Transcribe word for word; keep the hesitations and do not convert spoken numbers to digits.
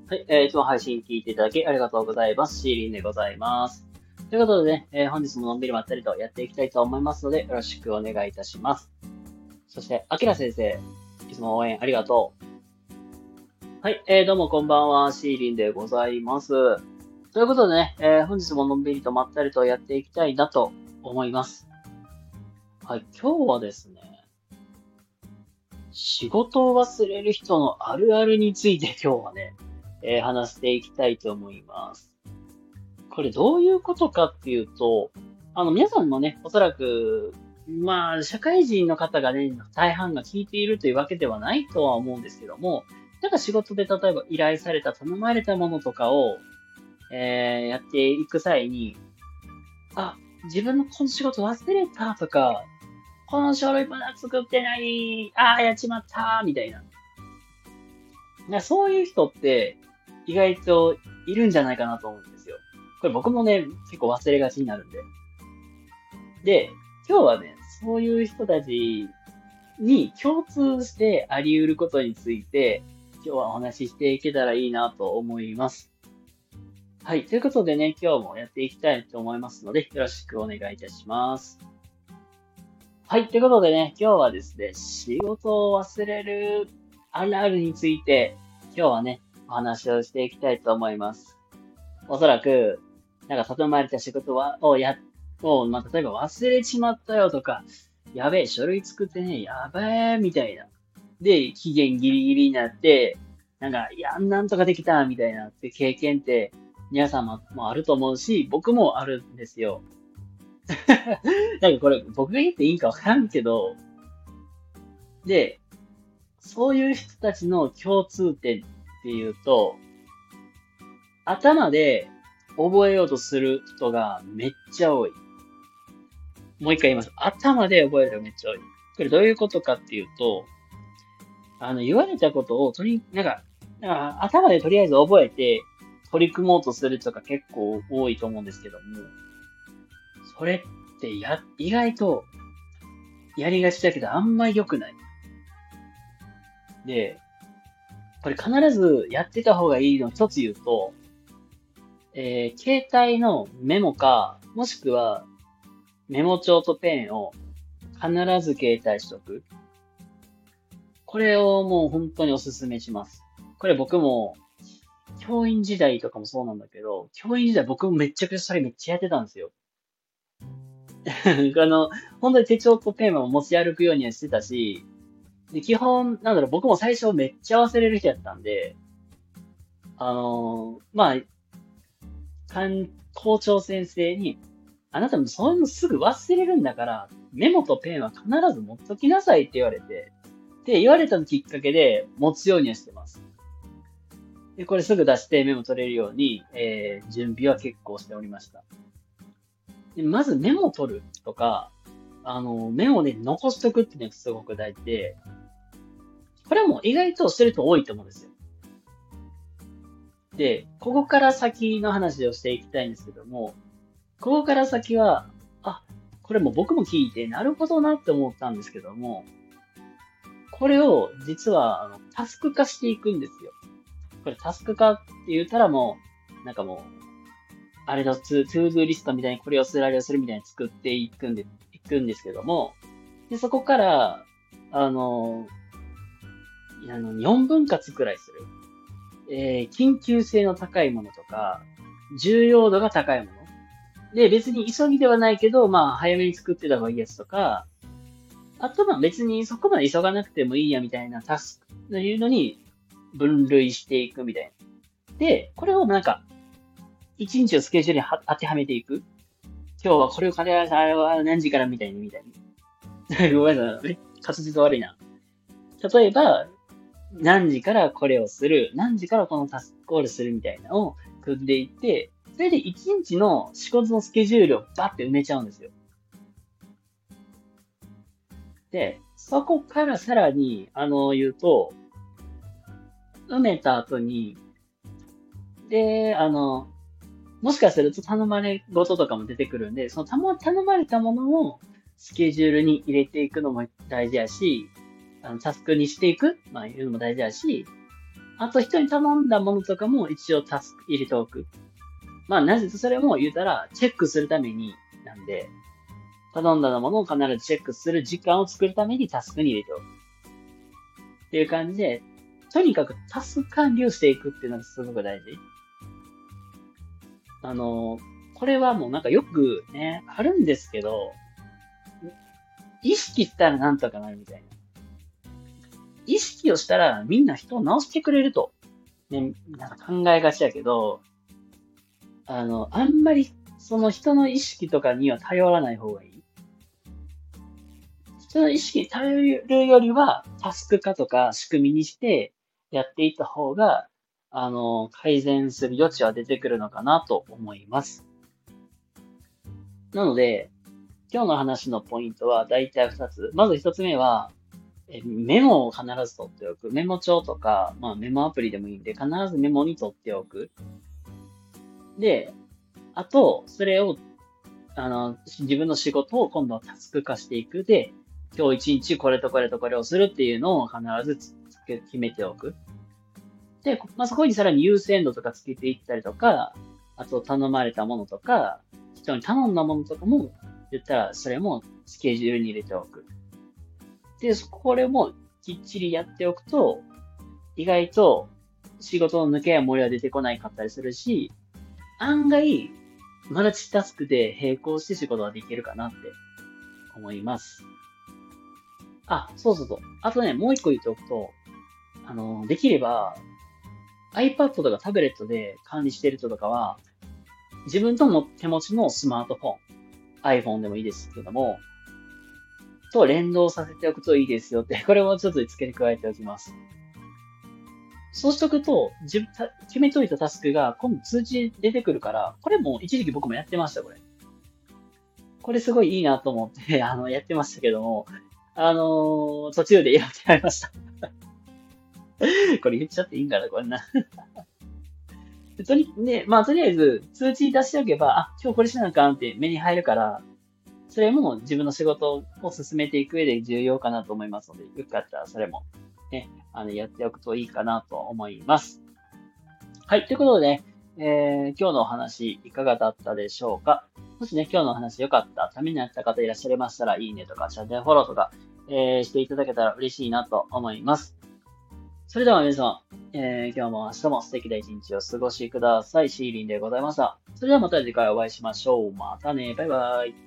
はい、えーいつも配信聞いていただきありがとうございます。シーリンでございます。ということでね、えー本日ものんびりまったりとやっていきたいと思いますので、よろしくお願いいたします。そして、あきら先生、いつも応援ありがとう。はい、えーどうもこんばんは、シーリンでございます。ということでね、えー本日ものんびりとまったりとやっていきたいなと思います。はい、今日はですね、仕事を忘れる人のあるあるについて今日はね、えー話していきたいと思います。これどういうことかっていうと、あの、皆さんもね、おそらく、まあ、社会人の方がね、大半が聞いているというわけではないとは思うんですけども、なんか仕事で例えば依頼された、頼まれたものとかを、えー、やっていく際に、あ、自分のこの仕事忘れたとか、この書類まだ作ってない、ああ、やっちまった、みたいな。なそういう人って意外といるんじゃないかなと思うんですよ。これ僕もね、結構忘れがちになるんで。で、今日はね、そういう人たちに共通してあり得ることについて、今日はお話ししていけたらいいなと思います。はい。ということでね、今日もやっていきたいと思いますので、よろしくお願いいたします。はい。ということでね、今日はですね、仕事を忘れるあるあるについて、今日はね、お話をしていきたいと思います。おそらく、なんか頼まれた仕事は、をや、を、まあ、例えば忘れちまったよとか、やべえ、書類作ってね、やべえ、みたいな。で、期限ギリギリになって、なんか、いや、なんとかできた、みたいなって経験って、皆様もあると思うし、僕もあるんですよ。なんかこれ、僕が言っていいんかわからんけど、で、そういう人たちの共通点っていうと、頭で覚えようとする人がめっちゃ多い。もう一回言います。頭で覚える人がめっちゃ多い。これどういうことかっていうと、あの、言われたことをとり、なんか、なんか頭でとりあえず覚えて取り組もうとする人が結構多いと思うんですけども、それってや、意外とやりがちだけどあんまり良くない。で、これ必ずやってた方がいいの一つ言うと、えー、携帯のメモか、もしくはメモ帳とペンを必ず携帯しとく。これをもう本当にお勧めします。これ僕も、教員時代とかもそうなんだけど、教員時代僕もめっちゃくちゃそれめっちゃやってたんですよ。あの、本当に手帳とペンも持ち歩くようにはしてたし、で、基本、なんだろう、僕も最初めっちゃ忘れる人やったんで、あのーまあ、官校長先生に、あなたもそういうのすぐ忘れるんだから、メモとペンは必ず持っときなさいって言われて、で、言われたのきっかけで持つようにはしてます。で、これすぐ出してメモ取れるように、えー、準備は結構しておりました。でまずメモ取るとか、あの、メモで残しとくっていうのがすごく大事で、これはもう意外としてる人多いと思うんですよ。で、ここから先の話をしていきたいんですけども、ここから先は、あ、これも僕も聞いて、なるほどなって思ったんですけども、これを実はあのタスク化していくんですよ。これタスク化って言ったらもう、なんかもう、あれのトゥトゥードゥーリストみたいにこれをするあれをするみたいに作っていくんで、いくんですけども、で、そこから、あの、あの、よんぶん割くらいする。えー、緊急性の高いものとか、重要度が高いもの。で、別に急ぎではないけど、まあ、早めに作ってた方がいいやつとか、あとまあ別にそこまで急がなくてもいいやみたいなタスクというのに分類していくみたいな。で、これをなんか、一日をスケジュールには当てはめていく。今日はこれを金らあれは何時からみたいにみたいに。ごめんなさい。え滑舌悪いな。例えば、何時からこれをする、何時からこのタスクコールするみたいなのを組んでいって、それで一日の仕事のスケジュールをバッて埋めちゃうんですよ。で、そこからさらに、あの、言うと、埋めた後に、で、あの、もしかすると頼まれごととかも出てくるんで、その頼頼まれたものをスケジュールに入れていくのも大事やし、あの、タスクにしていく、まあ、いうのも大事やし、 あと人に頼んだものとかも一応タスク入れておく。まあ、なぜ、それも言うたら、チェックするために、なんで、頼んだものを必ずチェックする時間を作るためにタスクに入れておく。っていう感じで、とにかくタスク管理をしていくっていうのがすごく大事。あの、これはもうなんかよくね、あるんですけど、意識したらなんとかなるみたいな。意識をしたらみんな人を直してくれると、ね、なんか考えがちやけど、あの、あんまりその人の意識とかには頼らない方がいい。人の意識に頼るよりは、タスク化とか仕組みにしてやっていった方が、あの、改善する余地は出てくるのかなと思います。なので、今日の話のポイントは大体ふたつ。まずひとつめは、メモを必ず取っておく。メモ帳とか、まあメモアプリでもいいんで、必ずメモに取っておく。で、あと、それを、あの、自分の仕事を今度はタスク化していく。で、今日一日これとこれとこれをするっていうのを必ず決めておく。で、まあ、そこにさらに優先度とかつけていったりとか、あと頼まれたものとか、人に頼んだものとかも、言ったらそれもスケジュールに入れておく。で、これもきっちりやっておくと、意外と仕事の抜けや漏れは出てこないかったりするし、案外、マルチタスクで並行して仕事ができるかなって思います。あ、そうそうそう。あとね、もう一個言っておくと、あの、できれば、iPad とかタブレットで管理している人とかは、自分との手持ちのスマートフォン、iPhone でもいいですけども、と連動させておくといいですよって、これをちょっと付け加えておきます。そうしとくと、自分、決めといたタスクが今度通知出てくるから、これも一時期僕もやってました、これ。これすごいいいなと思って、あの、やってましたけども、あのー、途中でやってやりました。これ言っちゃっていいんかな、これな。とり、ね、まあ、とりあえず、通知出しておけば、あ、今日これしなあかんって目に入るから、それも自分の仕事を進めていく上で重要かなと思いますので、よかったらそれも、ね、あの、やっておくといいかなと思います。はい、ということでね、えー、今日のお話いかがだったでしょうか。もしね、今日のお話良かった、ためになった方いらっしゃいましたら、いいねとか、チャンネルフォローとか、えー、していただけたら嬉しいなと思います。それでは皆さん、えー、今日も明日も素敵な一日をお過ごしください。シーリンでございました。それではまた次回お会いしましょう。またね。バイバイ。